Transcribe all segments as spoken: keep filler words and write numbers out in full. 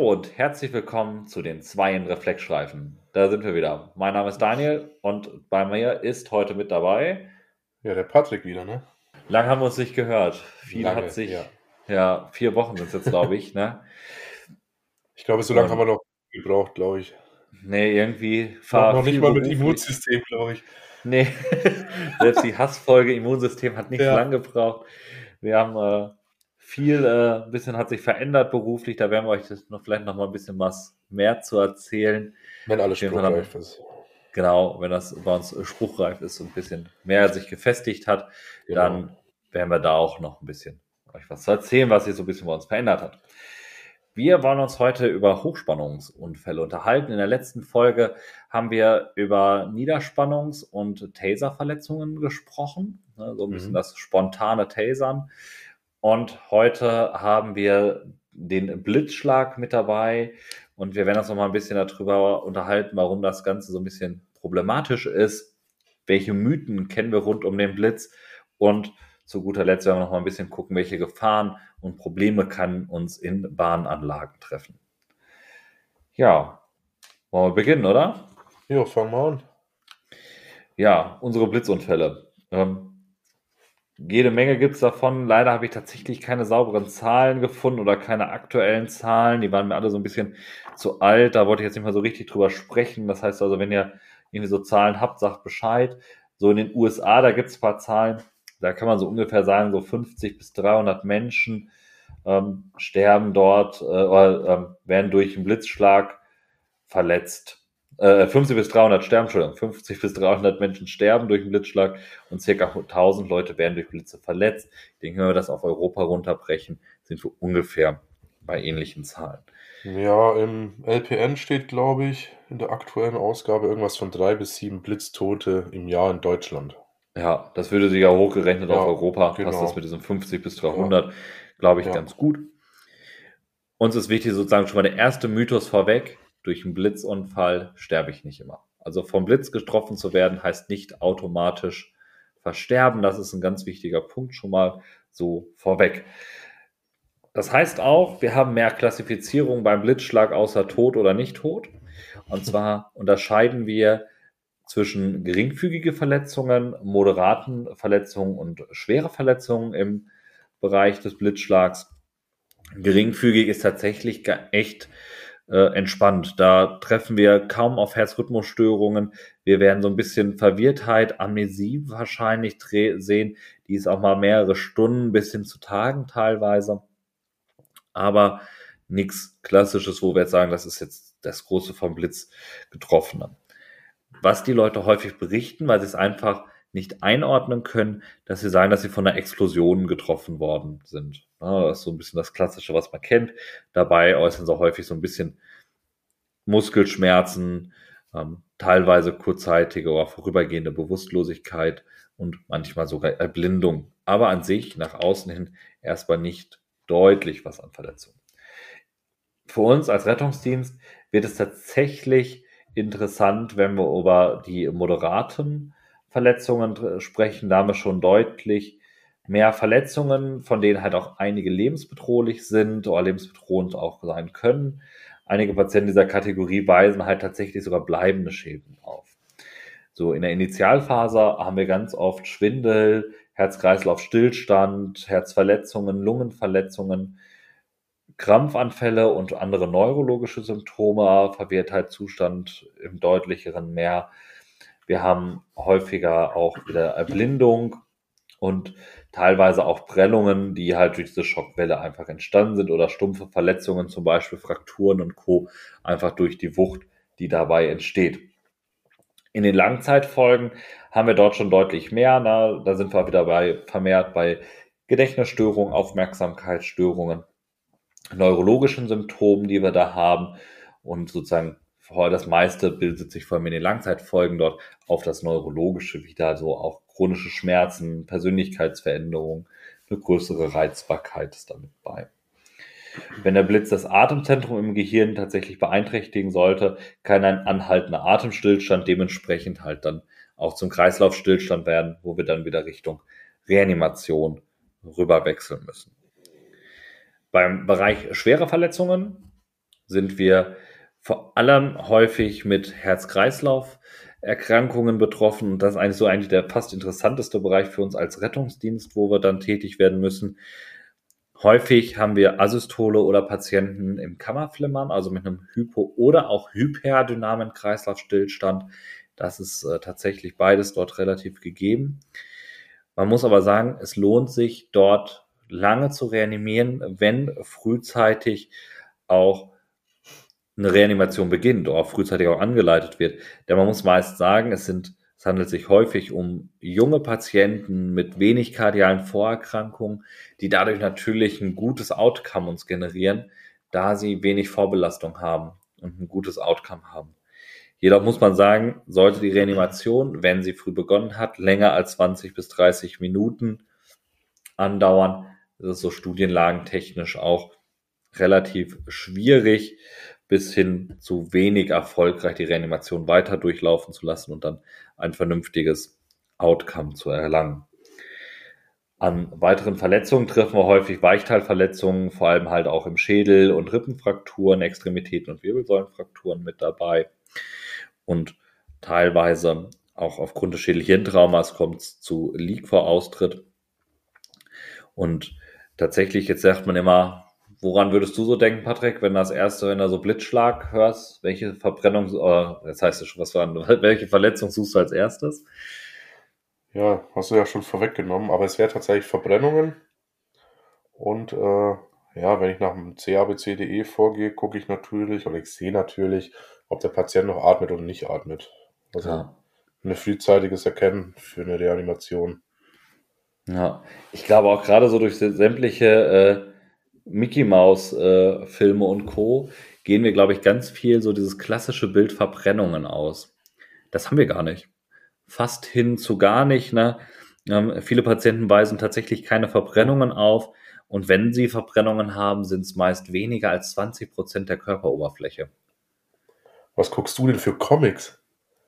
Hallo und herzlich willkommen zu den Zweien Reflexstreifen. Da sind wir wieder. Mein Name ist Daniel und bei mir ist heute mit dabei. Ja, der Patrick wieder, ne? Lang haben wir uns nicht gehört. Viel Lange, hat sich, ja. ja, vier Wochen sind es jetzt, glaube ich, ne? Ich glaube, so lange Und haben wir noch gebraucht, glaube ich. nee, irgendwie Noch, war noch nicht viel mal mit beruflich. Immunsystem, glaube ich. Nee, selbst die Hassfolge Immunsystem hat nicht Ja. lang gebraucht. Wir haben äh, viel, äh, ein bisschen hat sich verändert beruflich. Da werden wir euch das noch vielleicht noch mal ein bisschen was mehr zu erzählen. Wenn alles Auf jeden Fall dann- spruchreif ist. Genau, wenn das bei uns spruchreif ist und ein bisschen mehr sich gefestigt hat, Genau. dann werden wir da auch noch ein bisschen euch was zu erzählen, was sich so ein bisschen bei uns verändert hat. Wir wollen uns heute über Hochspannungsunfälle unterhalten. In der letzten Folge haben wir über Niederspannungs- und Taserverletzungen gesprochen, ne, so ein bisschen Mhm. das spontane Tasern. Und heute haben wir den Blitzschlag mit dabei und wir werden uns noch mal ein bisschen darüber unterhalten, warum das Ganze so ein bisschen problematisch ist, welche Mythen kennen wir rund um den Blitz und zu guter Letzt werden wir noch mal ein bisschen gucken, welche Gefahren und Probleme kann uns in Bahnanlagen treffen. Ja, wollen wir beginnen, oder? Jo, fang mal an. Ja, unsere Blitzunfälle. Ähm, jede Menge gibt es davon. Leider habe ich tatsächlich keine sauberen Zahlen gefunden oder keine aktuellen Zahlen. Die waren mir alle so ein bisschen zu alt. Da wollte ich jetzt nicht mal so richtig drüber sprechen. Das heißt also, wenn ihr irgendwie so Zahlen habt, sagt Bescheid. So in den U S A, da gibt es ein paar Zahlen. Da kann man so ungefähr sagen, so fünfzig bis dreihundert Menschen ähm, sterben dort äh, oder ähm, werden durch einen Blitzschlag verletzt. Äh, fünfzig bis dreihundert sterben, Entschuldigung, fünfzig bis dreihundert Menschen sterben durch einen Blitzschlag und circa tausend Leute werden durch Blitze verletzt. Ich denke, wenn wir das auf Europa runterbrechen, sind wir ungefähr bei ähnlichen Zahlen. Ja, im L P N steht, glaube ich, in der aktuellen Ausgabe irgendwas von drei bis sieben Blitztote im Jahr in Deutschland. Ja, das würde sich ja hochgerechnet Ja, auf Europa, passt genau. das mit diesen fünfzig bis dreihundert, glaube ich, Ja. ganz gut. Uns ist wichtig, sozusagen schon mal der erste Mythos vorweg, durch einen Blitzunfall sterbe ich nicht immer. Also vom Blitz getroffen zu werden, heißt nicht automatisch versterben. Das ist ein ganz wichtiger Punkt schon mal so vorweg. Das heißt auch, wir haben mehr Klassifizierung beim Blitzschlag außer tot oder nicht tot. Und zwar unterscheiden wir zwischen geringfügige Verletzungen, moderaten Verletzungen und schwere Verletzungen im Bereich des Blitzschlags. Geringfügig ist tatsächlich ge- echt äh, entspannt. Da treffen wir kaum auf Herzrhythmusstörungen. Wir werden so ein bisschen Verwirrtheit, Amnesie wahrscheinlich dre- sehen. Die ist auch mal mehrere Stunden bis hin zu Tagen teilweise. Aber nichts Klassisches, wo wir jetzt sagen, das ist jetzt das große vom Blitz getroffene. Was die Leute häufig berichten, weil sie es einfach nicht einordnen können, dass sie sagen, dass sie von einer Explosion getroffen worden sind. Ja, das ist so ein bisschen das Klassische, was man kennt. Dabei äußern sie häufig so ein bisschen Muskelschmerzen, ähm, teilweise kurzzeitige oder vorübergehende Bewusstlosigkeit und manchmal sogar Erblindung. Aber an sich nach außen hin erstmal nicht deutlich was an Verletzungen. Für uns als Rettungsdienst wird es tatsächlich interessant, wenn wir über die moderaten Verletzungen dr- sprechen. Da haben wir schon deutlich mehr Verletzungen, von denen halt auch einige lebensbedrohlich sind oder lebensbedrohend auch sein können. Einige Patienten dieser Kategorie weisen halt tatsächlich sogar bleibende Schäden auf. So in der Initialphase haben wir ganz oft Schwindel, Herz-Kreislauf-Stillstand, Herzverletzungen, Lungenverletzungen, Krampfanfälle und andere neurologische Symptome, Verwirrtheitszustand im deutlicheren mehr. Wir haben häufiger auch wieder Erblindung und teilweise auch Prellungen, die halt durch diese Schockwelle einfach entstanden sind oder stumpfe Verletzungen, zum Beispiel Frakturen und Co., einfach durch die Wucht, die dabei entsteht. In den Langzeitfolgen haben wir dort schon deutlich mehr. Ne? Da sind wir wieder bei, vermehrt bei Gedächtnisstörungen, Aufmerksamkeitsstörungen, neurologischen Symptomen, die wir da haben. Und sozusagen das meiste bildet sich vor allem in den Langzeitfolgen dort auf das Neurologische wieder, so auch chronische Schmerzen, Persönlichkeitsveränderungen, eine größere Reizbarkeit ist damit bei. Wenn der Blitz das Atemzentrum im Gehirn tatsächlich beeinträchtigen sollte, kann ein anhaltender Atemstillstand dementsprechend halt dann auch zum Kreislaufstillstand werden, wo wir dann wieder Richtung Reanimation rüberwechseln müssen. Beim Bereich schwere Verletzungen sind wir vor allem häufig mit Herz-Kreislauf-Erkrankungen betroffen. Und das ist eigentlich so eigentlich der fast interessanteste Bereich für uns als Rettungsdienst, wo wir dann tätig werden müssen. Häufig haben wir Asystole oder Patienten im Kammerflimmern, also mit einem Hypo- oder auch hyperdynamen Kreislaufstillstand. Das ist äh, tatsächlich beides dort relativ gegeben. Man muss aber sagen, es lohnt sich dort lange zu reanimieren, wenn frühzeitig auch eine Reanimation beginnt oder frühzeitig auch angeleitet wird. Denn man muss meist sagen, es sind, es handelt sich häufig um junge Patienten mit wenig kardialen Vorerkrankungen, die dadurch natürlich ein gutes Outcome uns generieren, da sie wenig Vorbelastung haben und ein gutes Outcome haben. Jedoch muss man sagen, sollte die Reanimation, wenn sie früh begonnen hat, länger als zwanzig bis dreißig Minuten andauern, das ist so studienlagentechnisch auch relativ schwierig, bis hin zu wenig erfolgreich die Reanimation weiter durchlaufen zu lassen und dann ein vernünftiges Outcome zu erlangen. An weiteren Verletzungen treffen wir häufig Weichteilverletzungen, vor allem halt auch im Schädel und Rippenfrakturen, Extremitäten und Wirbelsäulenfrakturen mit dabei. Und teilweise auch aufgrund des Schädel-Hirntraumas kommt es zu Leak-Vor-Austritt. Und tatsächlich, jetzt sagt man immer, woran würdest du so denken, Patrick, wenn das erste, wenn du so Blitzschlag hörst, welche Verbrennung, äh, jetzt heißt es schon was dran, welche Verletzung suchst du als erstes? Ja, hast du ja schon vorweggenommen, aber es wäre tatsächlich Verbrennungen. Und äh, ja, wenn ich nach dem C A B C D E vorgehe, gucke ich natürlich, oder ich sehe natürlich, ob der Patient noch atmet oder nicht atmet. Also Ja. ein frühzeitiges Erkennen für eine Reanimation. Ja, ich glaube auch gerade so durch sämtliche äh, Mickey Maus äh, Filme und Co. gehen wir, glaube ich, ganz viel so dieses klassische Bild Verbrennungen aus. Das haben wir gar nicht. Fast hin zu gar nicht. Ne? Ähm, viele Patienten weisen tatsächlich keine Verbrennungen auf. Und wenn sie Verbrennungen haben, sind es meist weniger als zwanzig Prozent der Körperoberfläche. Was guckst du denn für Comics?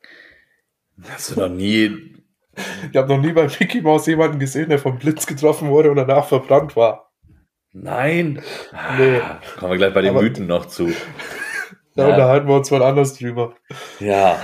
Hast du noch nie... Ich habe noch nie bei Mickey Mouse jemanden gesehen, der vom Blitz getroffen wurde und danach verbrannt war. Nein. Nee. Ah, kommen wir gleich bei den Aber- Mythen noch zu. Da Ja. unterhalten wir uns mal anders drüber. Ja.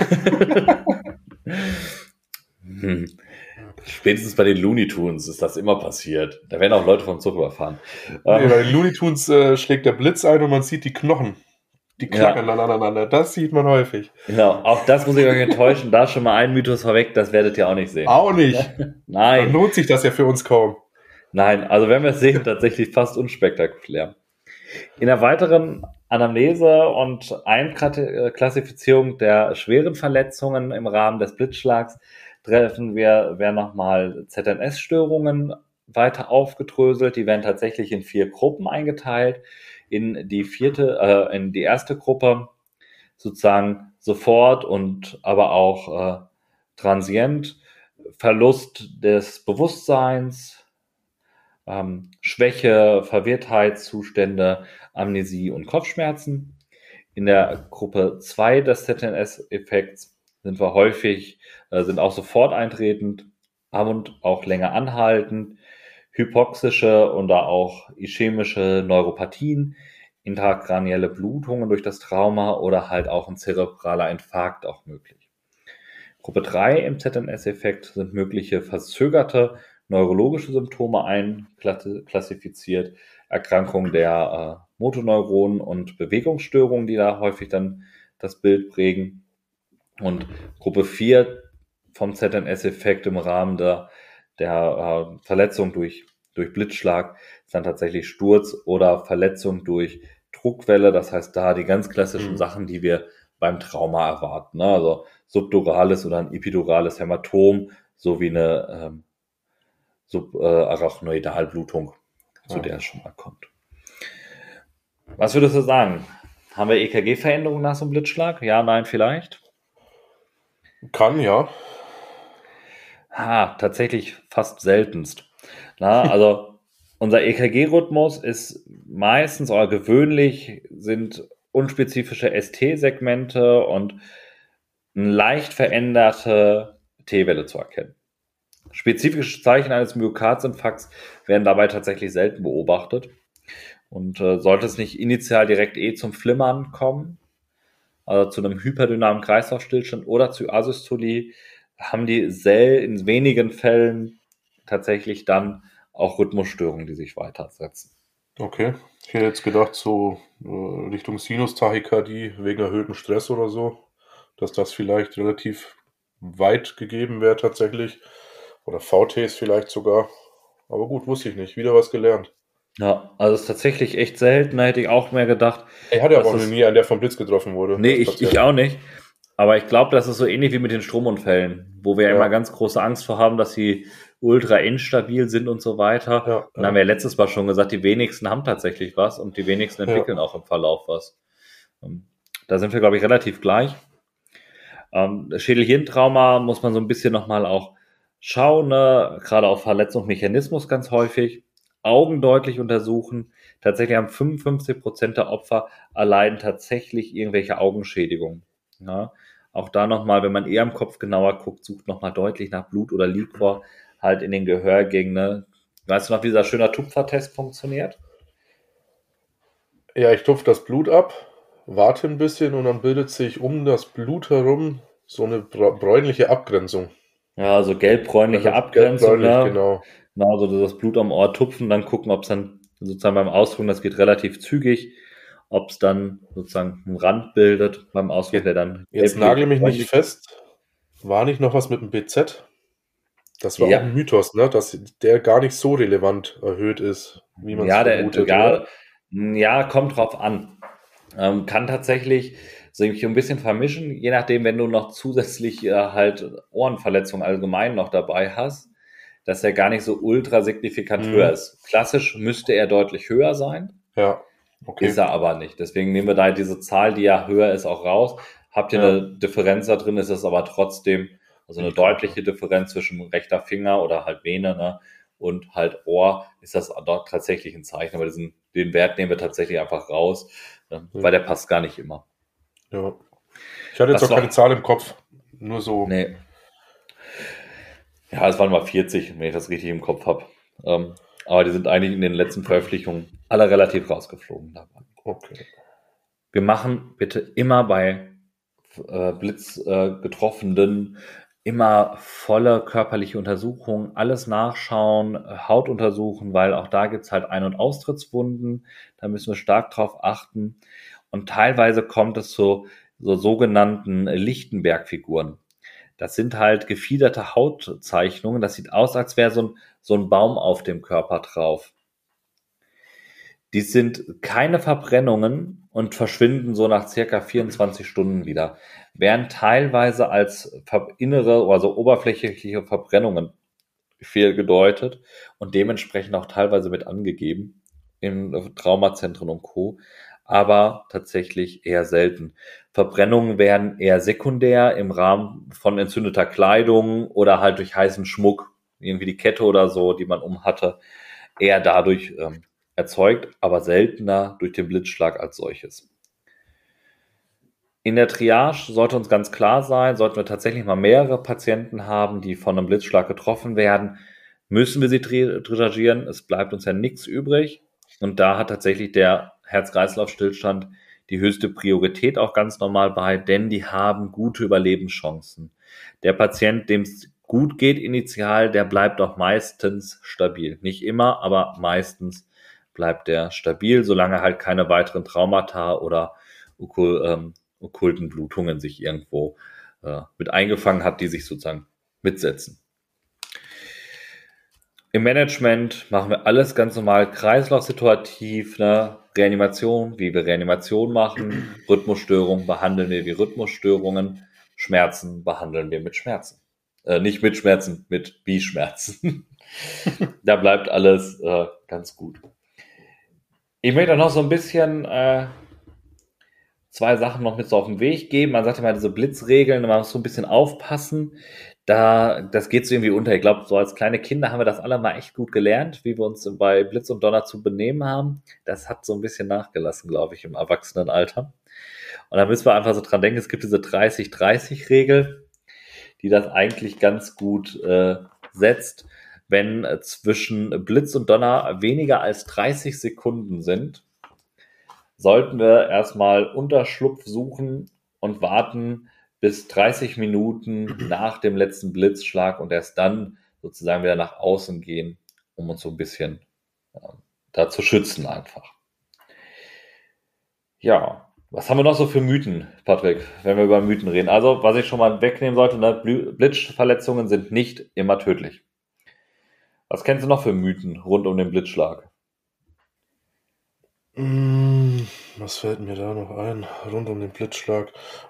hm. Spätestens bei den Looney Tunes ist das immer passiert. Da werden auch Leute vom Zug überfahren. Nee, Ähm, bei den Looney Tunes äh, schlägt der Blitz ein und man sieht die Knochen. Die klackern dann aneinander. Das sieht man häufig. Genau, auch das muss ich euch enttäuschen. Da schon mal ein Mythos vorweg, das werdet ihr auch nicht sehen. Auch nicht. Dann Nein, lohnt sich das ja für uns kaum. nein, also wenn wir es sehen, tatsächlich fast unspektakulär. In der weiteren Anamnese und Einklassifizierung der schweren Verletzungen im Rahmen des Blitzschlags treffen wir, werden nochmal Z N S-Störungen weiter aufgedröselt. Die werden tatsächlich in vier Gruppen eingeteilt. In die vierte, äh, in die erste Gruppe sozusagen sofort und aber auch äh, transient, Verlust des Bewusstseins, ähm, Schwäche, Verwirrtheitszustände, Amnesie und Kopfschmerzen. In der Gruppe zwei des Z N S-Effekts sind wir häufig, äh, sind auch sofort eintretend und auch länger anhaltend, hypoxische oder auch ischämische Neuropathien, intrakranielle Blutungen durch das Trauma oder halt auch ein zerebraler Infarkt auch möglich. Gruppe drei im Z N S-Effekt sind mögliche verzögerte neurologische Symptome einklassifiziert, Erkrankungen der äh, Motoneuronen und Bewegungsstörungen, die da häufig dann das Bild prägen. Und Gruppe vier vom Z N S-Effekt im Rahmen der, der äh, Verletzung durch, durch Blitzschlag ist dann tatsächlich Sturz oder Verletzung durch Druckwelle. Das heißt, da die ganz klassischen Mhm. Sachen, die wir beim Trauma erwarten. Ne? Also subdurales oder ein epidurales Hämatom sowie eine ähm, Subarachnoidalblutung, zu Ja. der es schon mal kommt. Was würdest du sagen? Haben wir E K G-Veränderungen nach so einem Blitzschlag? Ja, nein, vielleicht? Kann, ja. Ah, tatsächlich fast seltenst. Na, also unser E K G-Rhythmus ist meistens oder gewöhnlich sind unspezifische S T-Segmente und eine leicht veränderte T-Welle zu erkennen. Spezifische Zeichen eines Myokardinfarkts werden dabei tatsächlich selten beobachtet. Und äh, sollte es nicht initial direkt eh zum Flimmern kommen, also zu einem hyperdynamischen Kreislaufstillstand oder zu Asystolie, haben die sel in wenigen Fällen tatsächlich dann auch Rhythmusstörungen, die sich weitersetzen. Okay. Ich hätte jetzt gedacht, so äh, Richtung Sinustachykardie wegen erhöhtem Stress oder so, dass das vielleicht relativ weit gegeben wäre tatsächlich. Oder V Ts vielleicht sogar. Aber gut, wusste ich nicht. Wieder was gelernt. Ja, also es ist tatsächlich echt selten, da hätte ich auch mehr gedacht. Ich hatte aber dass auch noch es, nie einen, der vom Blitz getroffen wurde nee, als ich, ich Patient. auch nicht. Aber ich glaube, das ist so ähnlich wie mit den Stromunfällen, wo wir ja Ja. immer ganz große Angst vor haben, dass sie ultra instabil sind und so weiter. Ja, Und da haben wir ja letztes Mal schon gesagt, die wenigsten haben tatsächlich was und die wenigsten entwickeln ja. auch im Verlauf was. Ähm, Da sind wir, glaube ich, relativ gleich. Ähm, Schädel-Hirntrauma muss man so ein bisschen nochmal auch schauen, ne? Gerade auf Verletzungsmechanismus ganz häufig. Augen deutlich untersuchen. Tatsächlich haben fünfundfünfzig Prozent der Opfer erleiden tatsächlich irgendwelche Augenschädigungen. Ja? Auch da nochmal, wenn man eher am Kopf genauer guckt, sucht nochmal deutlich nach Blut oder Liquor halt in den Gehörgängen. Ne? Weißt du noch, wie dieser schöner Tupfertest funktioniert? Ja, ich tupfe das Blut ab, warte ein bisschen und dann bildet sich um das Blut herum so eine bra- bräunliche Abgrenzung. Ja, so gelb-bräunliche Also Abgrenzung, gelb-bräunlich, ne? genau. Genau, so das Blut am Ohr tupfen, dann gucken, ob es dann sozusagen beim Ausdrücken, das geht relativ zügig, ob es dann sozusagen einen Rand bildet beim Ausdruck, der dann Jetzt nagel mich nicht gelblich-bräunlich. fest. War nicht noch was mit dem B Z? Das war auch Ja, ein Mythos, ne? Dass der gar nicht so relevant erhöht ist, wie man es ja, der, vermutet, ja, oder? ja, kommt drauf an. Ähm, kann tatsächlich sich ein bisschen vermischen, je nachdem, wenn du noch zusätzlich äh, halt Ohrenverletzungen allgemein noch dabei hast, dass er gar nicht so ultra signifikant höher Mhm. ist. Klassisch müsste er deutlich höher sein. Ja, okay. Ist er aber nicht. Deswegen nehmen wir da diese Zahl, die ja höher ist, auch raus. Habt ihr Ja. eine Differenz da drin, ist es aber trotzdem, also eine Signifikant, deutliche Differenz zwischen rechter Finger oder halt Vene, ne, und halt Ohr, ist das dort tatsächlich ein Zeichen. Aber diesen, den Wert nehmen wir tatsächlich einfach raus, ne, Ja. weil der passt gar nicht immer. Ja. Ich hatte jetzt Was auch keine noch? Zahl im Kopf. Nur so. Nee. Ja, es waren mal vierzig, wenn ich das richtig im Kopf habe. Ähm, aber die sind eigentlich in den letzten Veröffentlichungen alle relativ rausgeflogen dabei. Okay. Wir machen bitte immer bei äh, Blitz äh, getroffenen immer volle körperliche Untersuchungen, alles nachschauen, äh, Haut untersuchen, weil auch da gibt's halt Ein- und Austrittswunden. Da müssen wir stark drauf achten. Und teilweise kommt es zu so sogenannten Lichtenberg-Figuren. Das sind halt gefiederte Hautzeichnungen. Das sieht aus, als wäre so ein, so ein Baum auf dem Körper drauf. Die sind keine Verbrennungen und verschwinden so nach circa vierundzwanzig Stunden wieder, werden teilweise als ver- innere, also oberflächliche Verbrennungen fehlgedeutet und dementsprechend auch teilweise mit angegeben in Traumazentren und Co., aber tatsächlich eher selten. Verbrennungen werden eher sekundär im Rahmen von entzündeter Kleidung oder halt durch heißen Schmuck, irgendwie die Kette oder so, die man umhatte, eher dadurch ähm, erzeugt, aber seltener durch den Blitzschlag als solches. In der Triage sollte uns ganz klar sein, sollten wir tatsächlich mal mehrere Patienten haben, die von einem Blitzschlag getroffen werden, müssen wir sie tri- triagieren. Es bleibt uns ja nichts übrig. Und da hat tatsächlich der Herz-Kreislauf-Stillstand die höchste Priorität auch ganz normal bei, denn die haben gute Überlebenschancen. Der Patient, dem es gut geht initial, der bleibt auch meistens stabil. Nicht immer, aber meistens bleibt der stabil, solange halt keine weiteren Traumata oder okku- ähm, okkulten Blutungen sich irgendwo äh, mit eingefangen hat, die sich sozusagen mitsetzen. Im Management machen wir alles ganz normal, kreislaufsituativ, ne? Reanimation, wie wir Reanimation machen, Rhythmusstörungen behandeln wir wie Rhythmusstörungen, Schmerzen behandeln wir mit Schmerzen. Äh, nicht mit Schmerzen, mit Wie-Schmerzen. Da bleibt alles äh, ganz gut. Ich möchte noch so ein bisschen äh, zwei Sachen noch mit so auf den Weg geben. Man sagt immer diese Blitzregeln, man muss so ein bisschen aufpassen. Da, das geht so irgendwie unter. Ich glaube, so als kleine Kinder haben wir das alle mal echt gut gelernt, wie wir uns bei Blitz und Donner zu benehmen haben. Das hat so ein bisschen nachgelassen, glaube ich, im Erwachsenenalter. Und da müssen wir einfach so dran denken, es gibt diese dreißig dreißig Regel, die das eigentlich ganz gut äh, setzt. wenn äh, zwischen Blitz und Donner weniger als dreißig Sekunden sind, sollten wir erstmal Unterschlupf suchen und warten bis dreißig Minuten nach dem letzten Blitzschlag und erst dann sozusagen wieder nach außen gehen, um uns so ein bisschen äh, da zu schützen einfach. Ja, was haben wir noch so für Mythen, Patrick, wenn wir über Mythen reden? Also, was ich schon mal wegnehmen sollte, ne, Blitzverletzungen sind nicht immer tödlich. Was kennst du noch für Mythen rund um den Blitzschlag? Was fällt mir da noch ein? Rund um den Blitzschlag.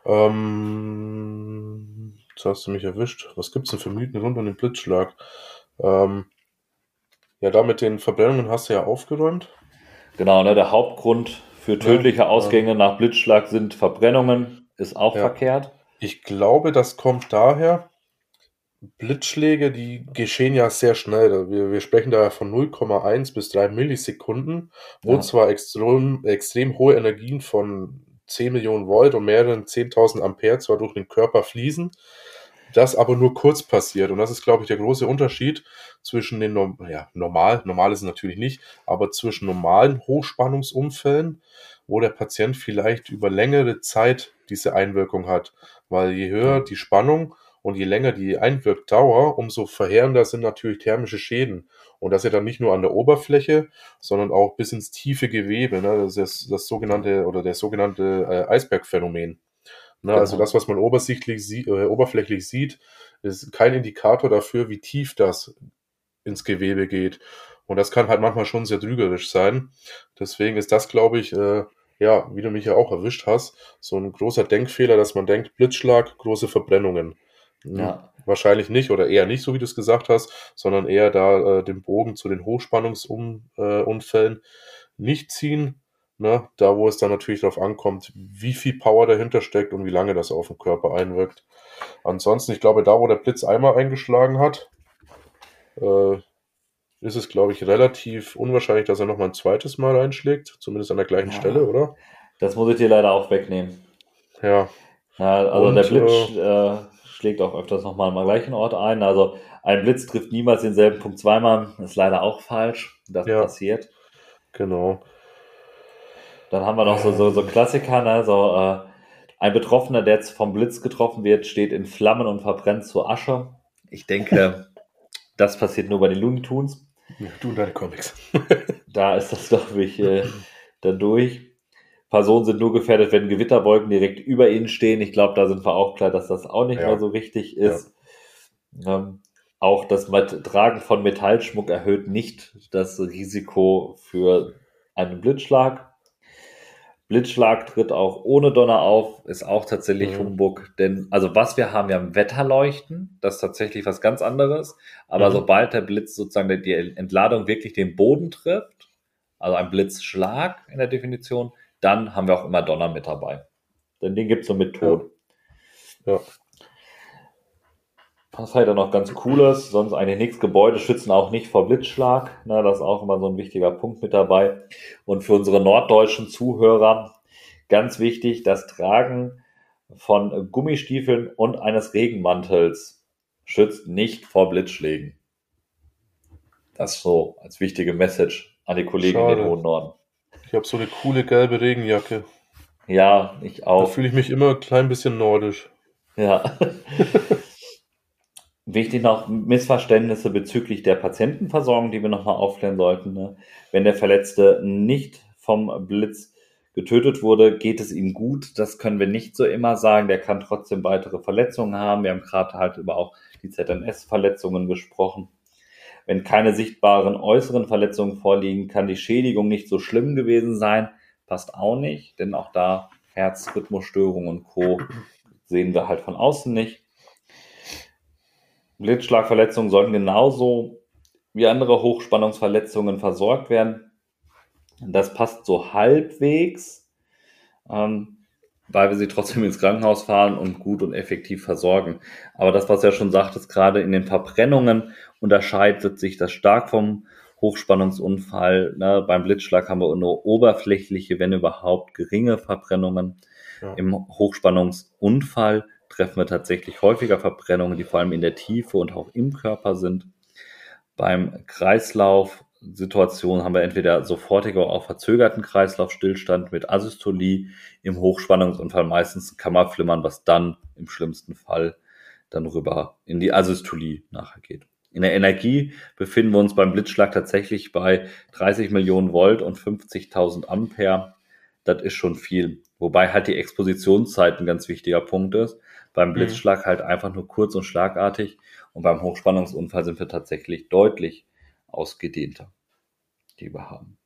Ähm, jetzt hast du mich erwischt. Was gibt es denn für Mythen rund um den Blitzschlag? Ähm, ja, da mit den Verbrennungen hast du ja aufgeräumt. Genau, ne, der Hauptgrund für tödliche ja, Ausgänge ähm, nach Blitzschlag sind Verbrennungen, ist auch ja. verkehrt. Ich glaube, das kommt daher, Blitzschläge, die geschehen ja sehr schnell. Wir, wir sprechen da von null Komma eins bis drei Millisekunden, wo ja. zwar extrem, extrem hohe Energien von zehn Millionen Volt und mehreren zehntausend Ampere zwar durch den Körper fließen, das aber nur kurz passiert. Und das ist, glaube ich, der große Unterschied zwischen den, ja, normal, normal ist es natürlich nicht, aber zwischen normalen Hochspannungsunfällen, wo der Patient vielleicht über längere Zeit diese Einwirkung hat. Weil je höher die Spannung und je länger die Einwirkdauer, umso verheerender sind natürlich thermische Schäden. Und das ja dann nicht nur an der Oberfläche, sondern auch bis ins tiefe Gewebe. Ne? Das ist das sogenannte oder der sogenannte äh, Eisbergphänomen. Ne? Genau. Also das, was man obersichtlich sie- äh, oberflächlich sieht, ist kein Indikator dafür, wie tief das ins Gewebe geht. Und das kann halt manchmal schon sehr trügerisch sein. Deswegen ist das, glaube ich, äh, ja, wie du mich ja auch erwischt hast, so ein großer Denkfehler, dass man denkt, Blitzschlag, große Verbrennungen. Ja. Wahrscheinlich nicht oder eher nicht, so wie du es gesagt hast, sondern eher da äh, den Bogen zu den Hochspannungsunfällen äh, nicht ziehen. Ne? Da, wo es dann natürlich darauf ankommt, wie viel Power dahinter steckt und wie lange das auf den Körper einwirkt. Ansonsten, ich glaube, da, wo der Blitz einmal eingeschlagen hat, äh, ist es, glaube ich, relativ unwahrscheinlich, dass er nochmal ein zweites Mal einschlägt, zumindest an der gleichen ja, Stelle, oder? Das muss ich dir leider auch wegnehmen. Ja. Ja, also und, der Blitz äh, äh, schlägt auch öfters nochmal am gleichen Ort ein. Also ein Blitz trifft niemals denselben Punkt zweimal. Ist leider auch falsch. Das ja, passiert. Genau. Dann haben wir noch so, so, so Klassiker, ne? So, äh, ein Betroffener, der jetzt vom Blitz getroffen wird, steht in Flammen und verbrennt zur Asche. Ich denke, das passiert nur bei den Looney Tunes. Ja, du und deine Comics. Da ist das, glaube ich, äh, dann durch. Personen sind nur gefährdet, wenn Gewitterwolken direkt über ihnen stehen. Ich glaube, da sind wir auch klar, dass das auch nicht ja. mehr so richtig ist. Ja. Ähm, auch das Tragen von Metallschmuck erhöht nicht das Risiko für einen Blitzschlag. Blitzschlag tritt auch ohne Donner auf, ist auch tatsächlich mhm. Humbug. Denn, also was wir haben, wir haben Wetterleuchten, das ist tatsächlich was ganz anderes. Aber mhm. sobald der Blitz sozusagen die Entladung wirklich den Boden trifft, also ein Blitzschlag in der Definition, dann haben wir auch immer Donner mit dabei. Denn den gibt es so mit Tod. Ja. ja. Was halt dann noch ganz cool ist, sonst eigentlich nichts. Gebäude schützen auch nicht vor Blitzschlag. Na, das ist auch immer so ein wichtiger Punkt mit dabei. Und für unsere norddeutschen Zuhörer ganz wichtig, das Tragen von Gummistiefeln und eines Regenmantels schützt nicht vor Blitzschlägen. Das so als wichtige Message an die Kollegen Schade. in den hohen Norden. Ich habe so eine coole gelbe Regenjacke. Ja, ich auch. Da fühle ich mich immer ein klein bisschen nordisch. Ja. Wichtig noch Missverständnisse bezüglich der Patientenversorgung, die wir nochmal aufklären sollten. Ne? Wenn der Verletzte nicht vom Blitz getötet wurde, geht es ihm gut. Das können wir nicht so immer sagen. Der kann trotzdem weitere Verletzungen haben. Wir haben gerade halt über auch die Z N S-Verletzungen gesprochen. Wenn keine sichtbaren äußeren Verletzungen vorliegen, kann die Schädigung nicht so schlimm gewesen sein. Passt auch nicht, denn auch da Herzrhythmusstörungen und Co. sehen wir halt von außen nicht. Blitzschlagverletzungen sollten genauso wie andere Hochspannungsverletzungen versorgt werden. Das passt so halbwegs, ähm, weil wir sie trotzdem ins Krankenhaus fahren und gut und effektiv versorgen. Aber das, was er schon sagt, ist gerade in den Verbrennungen unterscheidet sich das stark vom Hochspannungsunfall. Ne? Beim Blitzschlag haben wir nur oberflächliche, wenn überhaupt geringe Verbrennungen. Ja. Im Hochspannungsunfall treffen wir tatsächlich häufiger Verbrennungen, die vor allem in der Tiefe und auch im Körper sind. Beim Kreislaufsituation haben wir entweder sofortigen oder auch verzögerten Kreislaufstillstand mit Asystolie, im Hochspannungsunfall meistens ein Kammerflimmern, was dann im schlimmsten Fall dann rüber in die Asystolie nachher geht. In der Energie befinden wir uns beim Blitzschlag tatsächlich bei dreißig Millionen Volt und fünfzigtausend Ampere. Das ist schon viel. Wobei halt die Expositionszeit ein ganz wichtiger Punkt ist. Beim Blitzschlag halt einfach nur kurz und schlagartig. Und beim Hochspannungsunfall sind wir tatsächlich deutlich ausgedehnter, die wir haben.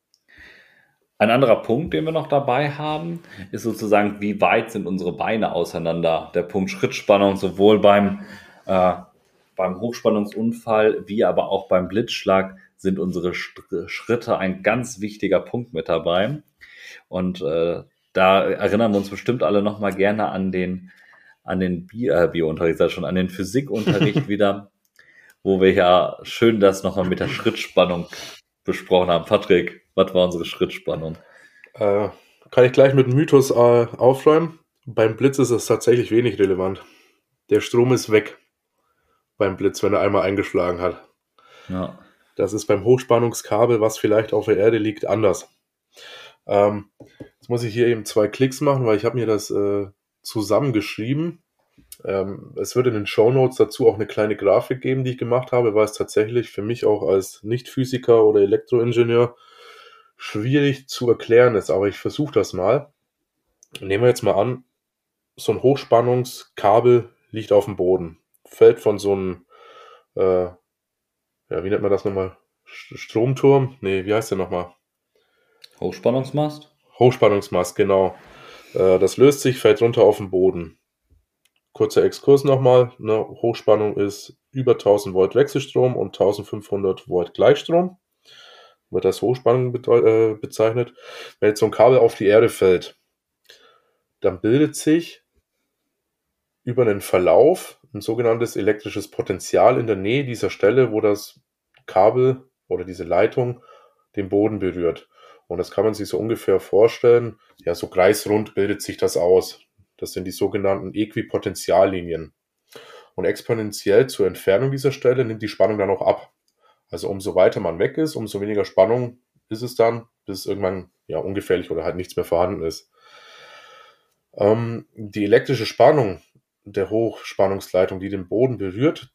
Ein anderer Punkt, den wir noch dabei haben, ist sozusagen, wie weit sind unsere Beine auseinander. Der Punkt Schrittspannung, sowohl beim, äh, beim Hochspannungsunfall wie aber auch beim Blitzschlag sind unsere Schritte ein ganz wichtiger Punkt mit dabei. Und äh, da erinnern wir uns bestimmt alle nochmal gerne an den an den Bi- äh, Biounterricht, also schon an den Physikunterricht wieder, wo wir ja schön das nochmal mit der Schrittspannung besprochen haben. Patrick, was war unsere Schrittspannung? Äh, kann ich gleich mit dem Mythos äh, aufräumen. Beim Blitz ist es tatsächlich wenig relevant. Der Strom ist weg beim Blitz, wenn er einmal eingeschlagen hat. Ja. Das ist beim Hochspannungskabel, was vielleicht auf der Erde liegt, anders. Ähm, jetzt muss ich hier eben zwei Klicks machen, weil ich habe mir das äh, zusammengeschrieben. Ähm, es wird in den Shownotes dazu auch eine kleine Grafik geben, die ich gemacht habe, weil es tatsächlich für mich auch als Nicht-Physiker oder Elektroingenieur schwierig zu erklären ist. Aber ich versuche das mal. Nehmen wir jetzt mal an, so ein Hochspannungskabel liegt auf dem Boden, fällt von so einem, äh, ja, wie nennt man das nochmal? Stromturm? Nee, wie heißt der nochmal? Hochspannungsmast? Hochspannungsmast, genau. Äh, das löst sich, fällt runter auf den Boden. Kurzer Exkurs nochmal. Ne? Hochspannung ist über tausend Volt Wechselstrom und eintausendfünfhundert Volt Gleichstrom. Wird als Hochspannung be- äh, bezeichnet. Wenn jetzt so ein Kabel auf die Erde fällt, dann bildet sich über einen Verlauf ein sogenanntes elektrisches Potential in der Nähe dieser Stelle, wo das Kabel oder diese Leitung den Boden berührt. Und das kann man sich so ungefähr vorstellen. Ja, so kreisrund bildet sich das aus. Das sind die sogenannten Äquipotentiallinien. Und exponentiell zur Entfernung dieser Stelle nimmt die Spannung dann auch ab. Also umso weiter man weg ist, umso weniger Spannung ist es dann, bis irgendwann ja ungefährlich oder halt nichts mehr vorhanden ist. Ähm, die elektrische Spannung der Hochspannungsleitung, die den Boden berührt,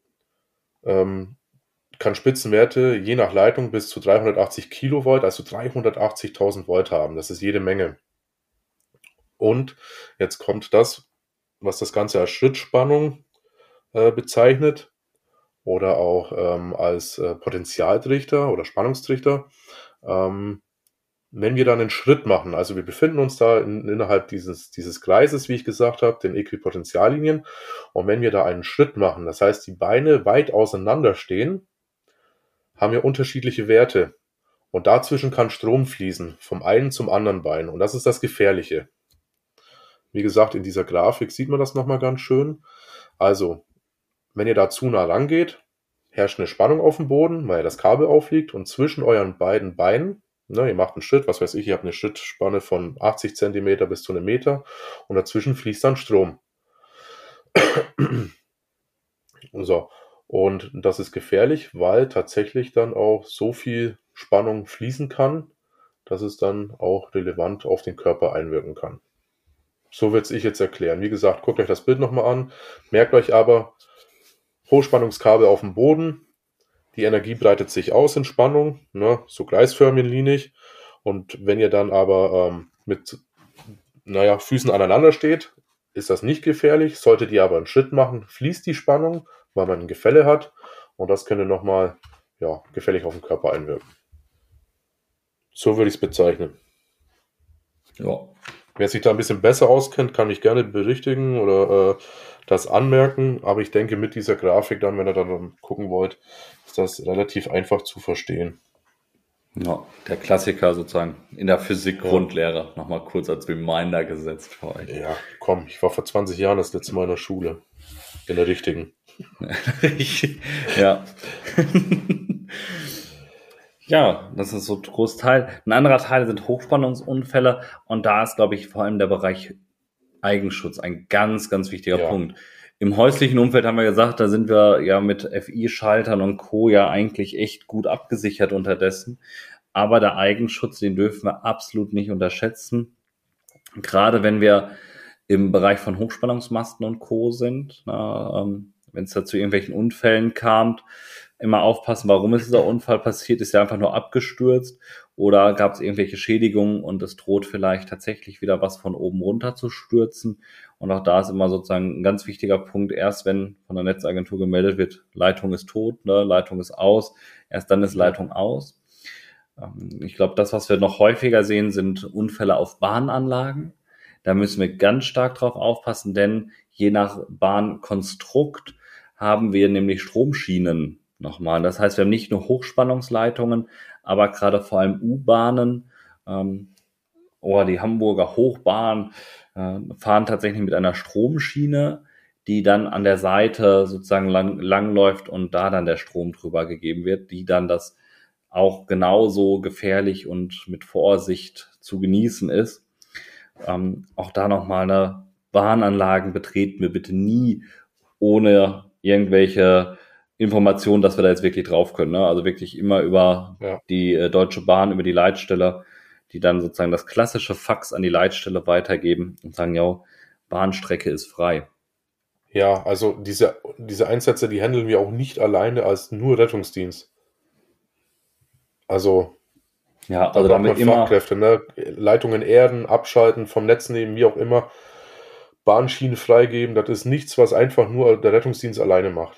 ähm, kann Spitzenwerte je nach Leitung bis zu dreihundertachtzig Kilovolt, also dreihundertachtzigtausend Volt haben. Das ist jede Menge. Und jetzt kommt das, was das Ganze als Schrittspannung äh, bezeichnet oder auch ähm, als äh, Potentialtrichter oder Spannungstrichter. Ähm, wenn wir dann einen Schritt machen, also wir befinden uns da in, innerhalb dieses, dieses Kreises, wie ich gesagt habe, den Äquipotentiallinien, und wenn wir da einen Schritt machen, das heißt, die Beine weit auseinander stehen, haben wir unterschiedliche Werte. Und dazwischen kann Strom fließen, vom einen zum anderen Bein. Und das ist das Gefährliche. Wie gesagt, in dieser Grafik sieht man das nochmal ganz schön. Also, wenn ihr da zu nah rangeht, herrscht eine Spannung auf dem Boden, weil das Kabel aufliegt, und zwischen euren beiden Beinen, ne, ihr macht einen Schritt, was weiß ich, ihr habt eine Schrittspanne von achtzig Zentimeter bis zu einem Meter, und dazwischen fließt dann Strom. So. Und das ist gefährlich, weil tatsächlich dann auch so viel Spannung fließen kann, dass es dann auch relevant auf den Körper einwirken kann. So würde ich jetzt erklären. Wie gesagt, guckt euch das Bild nochmal an. Merkt euch aber, Hochspannungskabel auf dem Boden, die Energie breitet sich aus in Spannung, ne, so kreisförmig. Und wenn ihr dann aber ähm, mit naja, Füßen aneinander steht, ist das nicht gefährlich. Solltet ihr aber einen Schritt machen, fließt die Spannung, weil man ein Gefälle hat. Und das könnte nochmal ja, gefährlich auf den Körper einwirken. So würde ich es bezeichnen. Ja. Wer sich da ein bisschen besser auskennt, kann mich gerne berichtigen oder äh, das anmerken. Aber ich denke, mit dieser Grafik dann, wenn ihr dann gucken wollt, ist das relativ einfach zu verstehen. Ja, der Klassiker sozusagen in der Physik-Grundlehre. Ja. Nochmal kurz als Reminder gesetzt für euch. Ja, komm, ich war vor zwanzig Jahren das letzte Mal in der Schule. In der richtigen. Ja. Ja, das ist so ein Großteil. Ein anderer Teil sind Hochspannungsunfälle. Und da ist, glaube ich, vor allem der Bereich Eigenschutz ein ganz, ganz wichtiger ja. Punkt. Im häuslichen Umfeld haben wir gesagt, da sind wir ja mit F I-Schaltern und Co. ja eigentlich echt gut abgesichert unterdessen. Aber der Eigenschutz, den dürfen wir absolut nicht unterschätzen. Gerade wenn wir im Bereich von Hochspannungsmasten und Co. sind, na, ähm, wenn es da zu irgendwelchen Unfällen kam, immer aufpassen, warum ist dieser Unfall passiert? Ist er einfach nur abgestürzt oder gab es irgendwelche Schädigungen und es droht vielleicht tatsächlich wieder was von oben runter zu stürzen? Und auch da ist immer sozusagen ein ganz wichtiger Punkt, erst wenn von der Netzagentur gemeldet wird, Leitung ist tot, ne, Leitung ist aus, erst dann ist Leitung aus. Ähm, ich glaube, das, was wir noch häufiger sehen, sind Unfälle auf Bahnanlagen. Da müssen wir ganz stark drauf aufpassen, denn je nach Bahnkonstrukt haben wir nämlich Stromschienen nochmal. Das heißt, wir haben nicht nur Hochspannungsleitungen, aber gerade vor allem U-Bahnen ähm, oder die Hamburger Hochbahn äh, fahren tatsächlich mit einer Stromschiene, die dann an der Seite sozusagen lang, langläuft und da dann der Strom drüber gegeben wird, die dann das auch genauso gefährlich und mit Vorsicht zu genießen ist. Ähm, auch da nochmal eine Bahnanlagen betreten wir bitte nie ohne irgendwelche Informationen, dass wir da jetzt wirklich drauf können. Ne? Also wirklich immer über Ja. die äh, Deutsche Bahn, über die Leitstelle, die dann sozusagen das klassische Fax an die Leitstelle weitergeben und sagen, ja, Bahnstrecke ist frei. Ja, also diese, diese Einsätze, die handeln wir auch nicht alleine als nur Rettungsdienst. Also Ja, da also braucht man damit immer, Fachkräfte, ne? Leitungen erden, abschalten, vom Netz nehmen, wie auch immer, Bahnschienen freigeben. Das ist nichts, was einfach nur der Rettungsdienst alleine macht.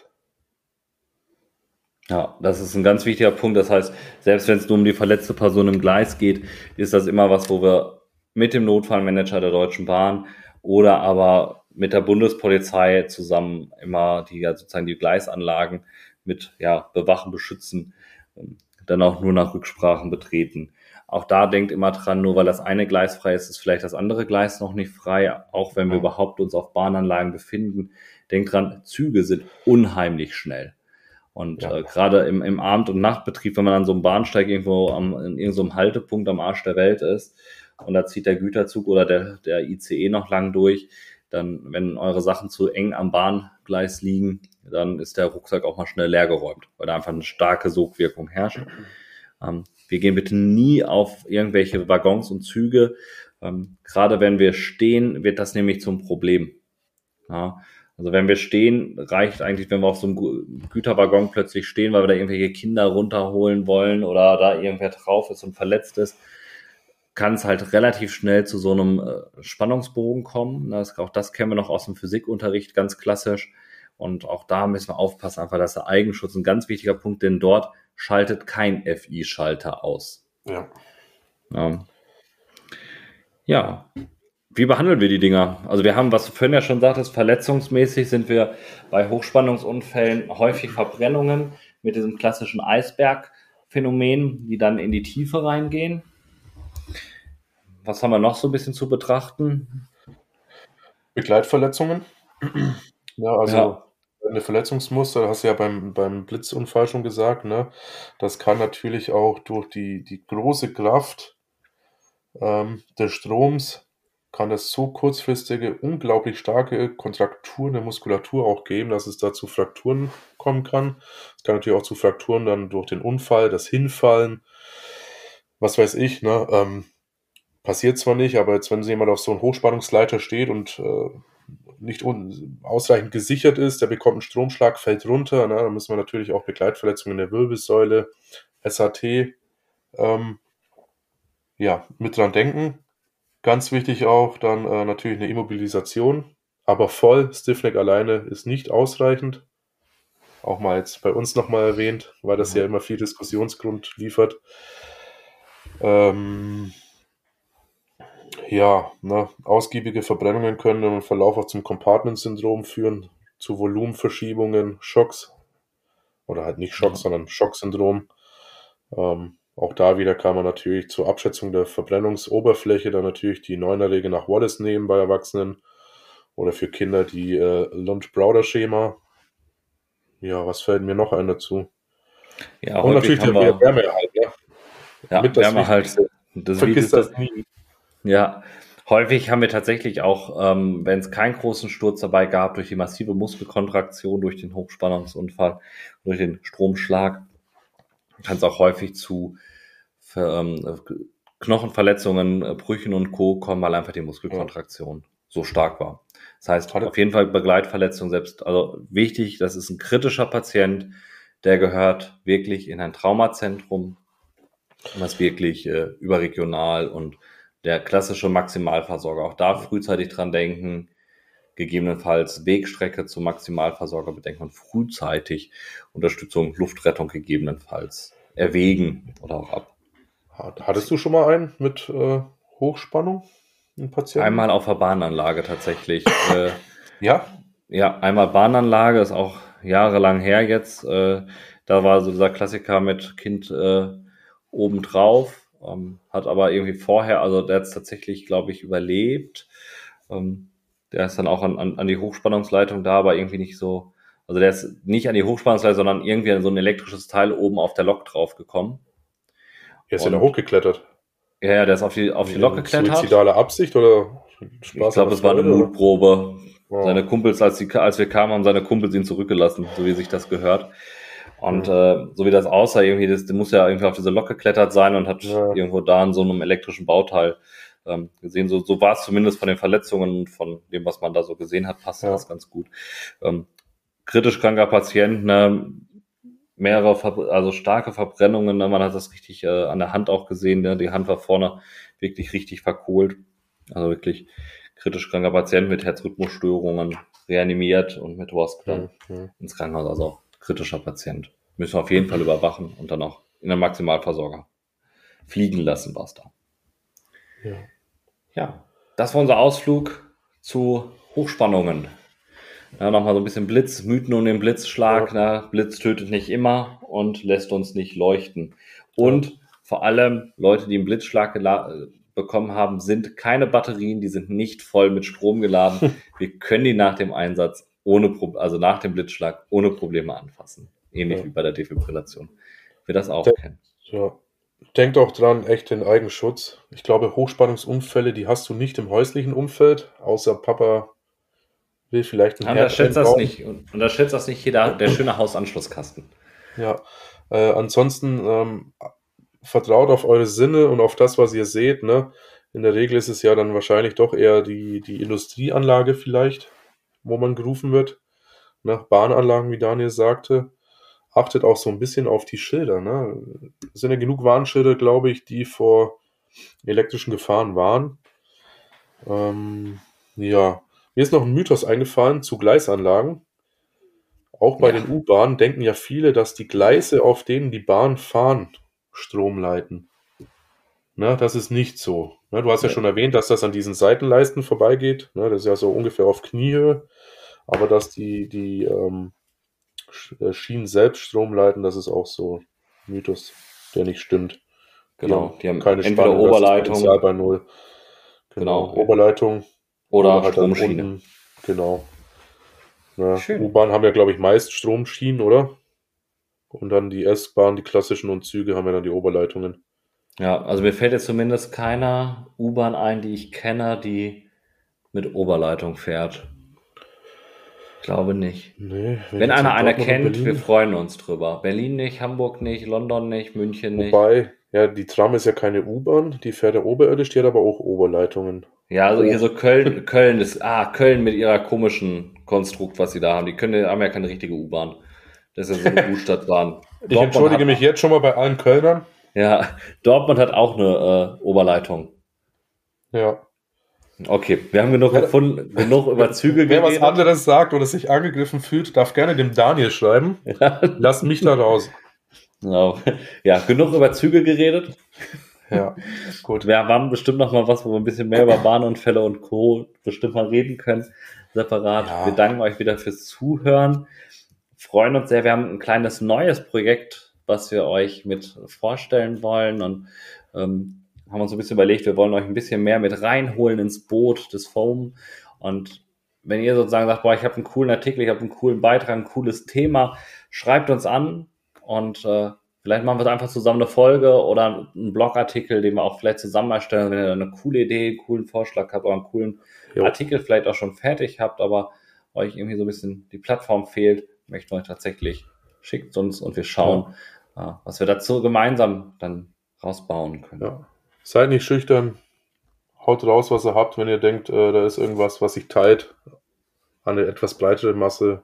ja, das ist ein ganz wichtiger Punkt. Das heißt, selbst wenn es nur um die verletzte Person im Gleis geht, ist das immer was, wo wir mit dem Notfallmanager der Deutschen Bahn oder aber mit der Bundespolizei zusammen immer die ja sozusagen die Gleisanlagen mit ja bewachen, beschützen, ähm, dann auch nur nach Rücksprachen betreten. Auch da denkt immer dran, nur weil das eine Gleis frei ist, ist vielleicht das andere Gleis noch nicht frei, auch wenn wir Ja. überhaupt uns auf Bahnanlagen befinden. Denkt dran, Züge sind unheimlich schnell. Und Ja. äh, gerade im, im Abend- und Nachtbetrieb, wenn man an so einem Bahnsteig irgendwo am, in irgendeinem so Haltepunkt am Arsch der Welt ist und da zieht der Güterzug oder der, der I C E noch lang durch, dann, wenn eure Sachen zu eng am Bahngleis liegen, dann ist der Rucksack auch mal schnell leergeräumt, weil da einfach eine starke Sogwirkung herrscht. Ähm, wir gehen bitte nie auf irgendwelche Waggons und Züge. Ähm, gerade wenn wir stehen, wird das nämlich zum Problem. Ja, also wenn wir stehen, reicht eigentlich, wenn wir auf so einem Gü- Güterwaggon plötzlich stehen, weil wir da irgendwelche Kinder runterholen wollen oder da irgendwer drauf ist und verletzt ist, kann es halt relativ schnell zu so einem äh, Spannungsbogen kommen. Das, auch das kennen wir noch aus dem Physikunterricht, ganz klassisch. Und auch da müssen wir aufpassen, einfach, dass der Eigenschutz ein ganz wichtiger Punkt, denn dort schaltet kein F I-Schalter aus. Ja. Ja. Ja. Wie behandeln wir die Dinger? Also wir haben, was du vorhin ja schon sagtest, verletzungsmäßig sind wir bei Hochspannungsunfällen häufig Verbrennungen mit diesem klassischen Eisbergphänomen, die dann in die Tiefe reingehen. Was haben wir noch so ein bisschen zu betrachten? Begleitverletzungen. Ja, also Ja. eine Verletzungsmuster, hast du ja beim, beim Blitzunfall schon gesagt, ne? Das kann natürlich auch durch die, die große Kraft ähm, des Stroms, kann es so kurzfristige, unglaublich starke Kontrakturen der Muskulatur auch geben, dass es da zu Frakturen kommen kann. Es kann natürlich auch zu Frakturen dann durch den Unfall, das Hinfallen, was weiß ich, ne? Ähm, passiert zwar nicht, aber jetzt, wenn jemand auf so einem Hochspannungsleiter steht und äh, nicht un ausreichend gesichert ist, der bekommt einen Stromschlag, fällt runter, ne? Da müssen wir natürlich auch Begleitverletzungen der Wirbelsäule, S H T, ähm, ja, mit dran denken. Ganz wichtig auch dann äh, natürlich eine Immobilisation, aber voll Stiffneck alleine ist nicht ausreichend. Auch mal jetzt bei uns nochmal erwähnt, weil das ja immer viel Diskussionsgrund liefert. Ähm, ja, ne, ausgiebige Verbrennungen können im Verlauf auch zum Compartment-Syndrom führen, zu Volumenverschiebungen, Schocks oder halt nicht Schocks, Ja. sondern Schocksyndrom. Ähm, auch da wieder kann man natürlich zur Abschätzung der Verbrennungsoberfläche dann natürlich die Neuner-Regel nach Wallace nehmen bei Erwachsenen oder für Kinder die äh, Lund-Browder-Schema. Ja, was fällt mir noch ein dazu? Ja, Und häufig natürlich haben der wir, Wärmehalt, ja. ja, Mit das Wärmehalt, Wichtigste. das Vergiss Wichtigste. das nie. Ja, Häufig haben wir tatsächlich auch, ähm, wenn es keinen großen Sturz dabei gab, durch die massive Muskelkontraktion, durch den Hochspannungsunfall, durch den Stromschlag, kann es auch häufig zu Ver, ähm, Knochenverletzungen, äh, Brüchen und Co. kommen, weil einfach die Muskelkontraktion ja. so stark war. Das heißt, Hatte. auf jeden Fall Begleitverletzung selbst, also wichtig, das ist ein kritischer Patient, der gehört wirklich in ein Traumazentrum, was wirklich äh, überregional und der klassische Maximalversorger, auch da frühzeitig dran denken, gegebenenfalls Wegstrecke zum Maximalversorger bedenken und frühzeitig Unterstützung, Luftrettung gegebenenfalls erwägen oder auch ab. Hattest du schon mal einen mit äh, Hochspannung? Einen Patienten? Einmal auf der Bahnanlage tatsächlich. äh, ja? Ja, einmal Bahnanlage, ist auch jahrelang her jetzt. Äh, da war so dieser Klassiker mit Kind äh, obendrauf, ähm, hat aber irgendwie vorher, also der hat es tatsächlich, glaube ich, überlebt. Ähm, der ist dann auch an, an, an die Hochspannungsleitung da, aber irgendwie nicht so, also der ist nicht an die Hochspannungsleitung, sondern irgendwie an so ein elektrisches Teil oben auf der Lok drauf gekommen. Er ist ja da hochgeklettert. Ja, ja, der ist auf die, auf die Lok geklettert. Suizidale Absicht oder Spaß? Ich glaube, es war eine Mutprobe. Wow. Seine Kumpels, als, die, als wir kamen, haben seine Kumpels ihn zurückgelassen, so wie sich das gehört. Und ja. äh, so wie das aussah, irgendwie, das, der muss ja irgendwie auf diese Lok geklettert sein und hat ja. irgendwo da in so einem elektrischen Bauteil ähm, gesehen. So, so war es zumindest von den Verletzungen und von dem, was man da so gesehen hat, passt ja. das ganz gut. Ähm, kritisch kranker Patient, ne, mehrere, Ver- also starke Verbrennungen, ne, man hat das richtig äh, an der Hand auch gesehen, ne, die Hand war vorne wirklich richtig verkohlt. Also wirklich kritisch kranker Patient mit Herzrhythmusstörungen, reanimiert und mit W A S P dann mhm. ins Krankenhaus. Also auch kritischer Patient. Müssen wir auf jeden Fall überwachen und dann auch in den Maximalversorger fliegen lassen, war es da. Ja. ja, das war unser Ausflug zu Hochspannungen. Ja, nochmal so ein bisschen Blitz, Mythen um den Blitzschlag. Ja. Ne? Blitz tötet nicht immer und lässt uns nicht leuchten. Und ja. vor allem Leute, die einen Blitzschlag gela- bekommen haben, sind keine Batterien, die sind nicht voll mit Strom geladen. Wir können die nach dem Einsatz ohne Pro- also nach dem Blitzschlag ohne Probleme anfassen. Ähnlich ja. wie bei der Defibrillation. Wir das auch De- kennen. Ja. Denkt auch dran, echt den Eigenschutz. Ich glaube, Hochspannungsunfälle, die hast du nicht im häuslichen Umfeld, außer Papa will vielleicht ein Herd Unterschätzt das nicht. Unterschätzt das nicht jeder, der schöne Hausanschlusskasten. Ja, äh, ansonsten ähm, vertraut auf eure Sinne und auf das, was ihr seht. Ne? In der Regel ist es ja dann wahrscheinlich doch eher die, die Industrieanlage vielleicht, wo man gerufen wird. Ne? Bahnanlagen, wie Daniel sagte. Achtet auch so ein bisschen auf die Schilder. Ne? Es sind ja genug Warnschilder, glaube ich, die vor elektrischen Gefahren warnen. Ähm, ja, mir ist noch ein Mythos eingefallen zu Gleisanlagen. Auch bei ja. den U-Bahnen denken ja viele, dass die Gleise, auf denen die Bahn fahren, Strom leiten. Ne, das ist nicht so. Ne, du hast ja. ja schon erwähnt, dass das an diesen Seitenleisten vorbeigeht. Ne, das ist ja so ungefähr auf Kniehöhe. Aber dass die, die ähm, Schienen selbst Strom leiten, das ist auch so ein Mythos, der nicht stimmt. Genau, die haben, die haben keine entweder Spannung, Oberleitung. Das ist bei null. Genau, genau, Oberleitung. Oder, oder halt Stromschiene. Unten, genau. Ne, U-Bahn haben ja, glaube ich, meist Stromschienen, oder? Und dann die S-Bahn, die klassischen und Züge haben ja dann die Oberleitungen. Ja, also mir fällt jetzt zumindest keiner U-Bahn ein, die ich kenne, die mit Oberleitung fährt. Ich glaube nicht. Nee, wenn Wenn jetzt einer in einer Dortmund und kennt, Berlin- wir freuen uns drüber. Berlin nicht, Hamburg nicht, London nicht, München nicht. Wobei, ja, die Tram ist ja keine U-Bahn, die fährt ja oberirdisch, die hat aber auch Oberleitungen. Ja, also hier so Köln, Köln ist, ah, Köln mit ihrer komischen Konstrukt, was sie da haben. Die können, haben ja keine richtige U-Bahn. Das ist ja so eine U-Stadtbahn. Ich entschuldige mich jetzt schon mal bei allen Kölnern. Ja, Dortmund hat auch eine äh, Oberleitung. Ja. Okay, wir haben genug Wer- gefunden, genug über Züge Wer was geredet. anderes sagt oder sich angegriffen fühlt, darf gerne dem Daniel schreiben. Ja, Lass mich da raus. genau. Ja, genug über Züge geredet. Ja, gut. Wir haben bestimmt noch mal was, wo wir ein bisschen mehr über Bahnunfälle und Co. bestimmt mal reden können, separat. Ja. Wir danken euch wieder fürs Zuhören. Freuen uns sehr. Wir haben ein kleines neues Projekt, was wir euch mit vorstellen wollen und ähm, haben uns ein bisschen überlegt, wir wollen euch ein bisschen mehr mit reinholen ins Boot des Foam. Und wenn ihr sozusagen sagt, boah, ich habe einen coolen Artikel, ich habe einen coolen Beitrag, ein cooles Thema, schreibt uns an und äh, Vielleicht machen wir einfach zusammen eine Folge oder einen Blogartikel, den wir auch vielleicht zusammen erstellen, wenn ihr eine coole Idee, einen coolen Vorschlag habt oder einen coolen Jo. Artikel vielleicht auch schon fertig habt, aber euch irgendwie so ein bisschen die Plattform fehlt, möchten wir euch tatsächlich, schickt uns und wir schauen, ja. was wir dazu gemeinsam dann rausbauen können. Ja. Seid nicht schüchtern, haut raus, was ihr habt, wenn ihr denkt, äh, da ist irgendwas, was sich teilt, an eine etwas breitere Masse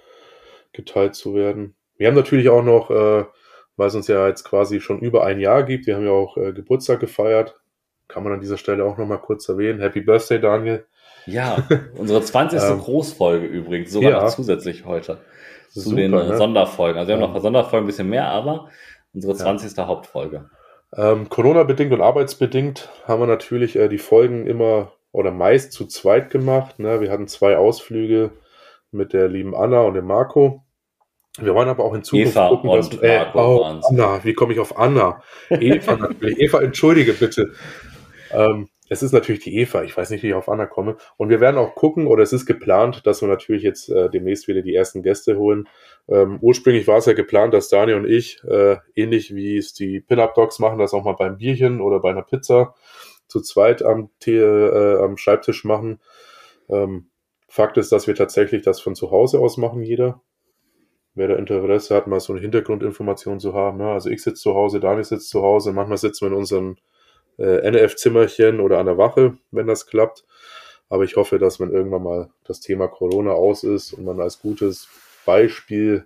geteilt zu werden. Wir haben natürlich auch noch, äh, weil es uns ja jetzt quasi schon über ein Jahr gibt, wir haben ja auch äh, Geburtstag gefeiert, kann man an dieser Stelle auch nochmal kurz erwähnen. Happy Birthday, Daniel. Ja, unsere zwanzigste Ähm, Großfolge übrigens, sogar ja. noch zusätzlich heute zu Super, den äh, ne? Sonderfolgen. Also wir haben Ja. noch Sonderfolgen ein bisschen mehr, aber unsere Ja. zwanzigste Hauptfolge. Ähm, Corona-bedingt und arbeitsbedingt haben wir natürlich äh, die Folgen immer oder meist zu zweit gemacht. Ne? Wir hatten zwei Ausflüge mit der lieben Anna und dem Marco. Wir wollen aber auch in Zukunft Eva gucken, dass und äh, Marco oh, waren's. Anna, wie komme ich auf Anna? Eva natürlich. Eva, entschuldige bitte. Ähm, es ist natürlich die Eva. Ich weiß nicht, wie ich auf Anna komme. Und wir werden auch gucken, oder es ist geplant, dass wir natürlich jetzt äh, demnächst wieder die ersten Gäste holen. Ähm, ursprünglich war es ja geplant, dass Daniel und ich, äh, ähnlich wie es die Pin-Up-Dogs machen, das auch mal beim Bierchen oder bei einer Pizza zu zweit am, Tee, äh, am Schreibtisch machen. Ähm, Fakt ist, dass wir tatsächlich das von zu Hause aus machen, jeder. Wer da Interesse hat, mal so eine Hintergrundinformation zu haben. Ja, also ich sitze zu Hause, Daniel sitzt zu Hause, manchmal sitzen wir in unserem äh, N F-Zimmerchen oder an der Wache, wenn das klappt. Aber ich hoffe, dass wenn irgendwann mal das Thema Corona aus ist und man als gutes Beispiel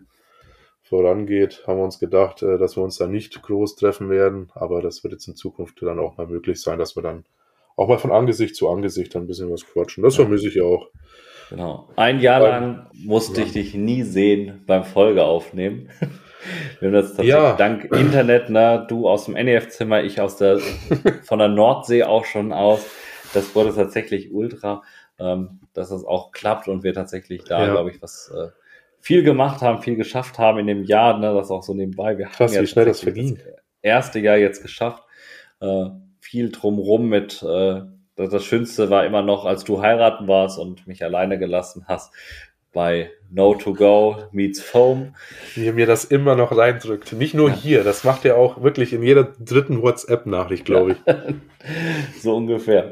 vorangeht, haben wir uns gedacht, äh, dass wir uns da nicht groß treffen werden. Aber das wird jetzt in Zukunft dann auch mal möglich sein, dass wir dann auch mal von Angesicht zu Angesicht ein bisschen was quatschen. Das Ja. vermisse ich auch. Genau. Ein Jahr Ähm, lang musste ja. ich dich nie sehen beim Folge aufnehmen. Wir haben das tatsächlich Ja. dank Internet, ne, du aus dem N E F-Zimmer, ich aus der von der Nordsee auch schon aus. Das wurde tatsächlich ultra, ähm, dass das auch klappt und wir tatsächlich da, Ja. glaube ich, was äh, viel gemacht haben, viel geschafft haben in dem Jahr, ne, das auch so nebenbei. Wir Krass, haben wie schnell das tatsächlich verging. erste Jahr jetzt geschafft. Äh, viel drumrum mit, äh, das, das Schönste war immer noch, als du heiraten warst und mich alleine gelassen hast bei No to Go meets Foam. Wie er mir das immer noch reindrückt. Nicht nur Ja. hier, das macht er auch wirklich in jeder dritten WhatsApp-Nachricht, glaube ich. So ungefähr.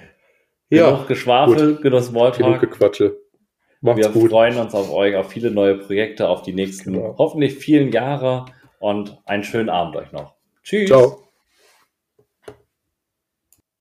Ja, Genug Geschwafel, genug Genug Smalltalk. Gequatsche. Macht's Wir gut. freuen uns auf euch, auf viele neue Projekte, auf die nächsten, Genau. hoffentlich vielen Jahre und einen schönen Abend euch noch. Tschüss. Ciao.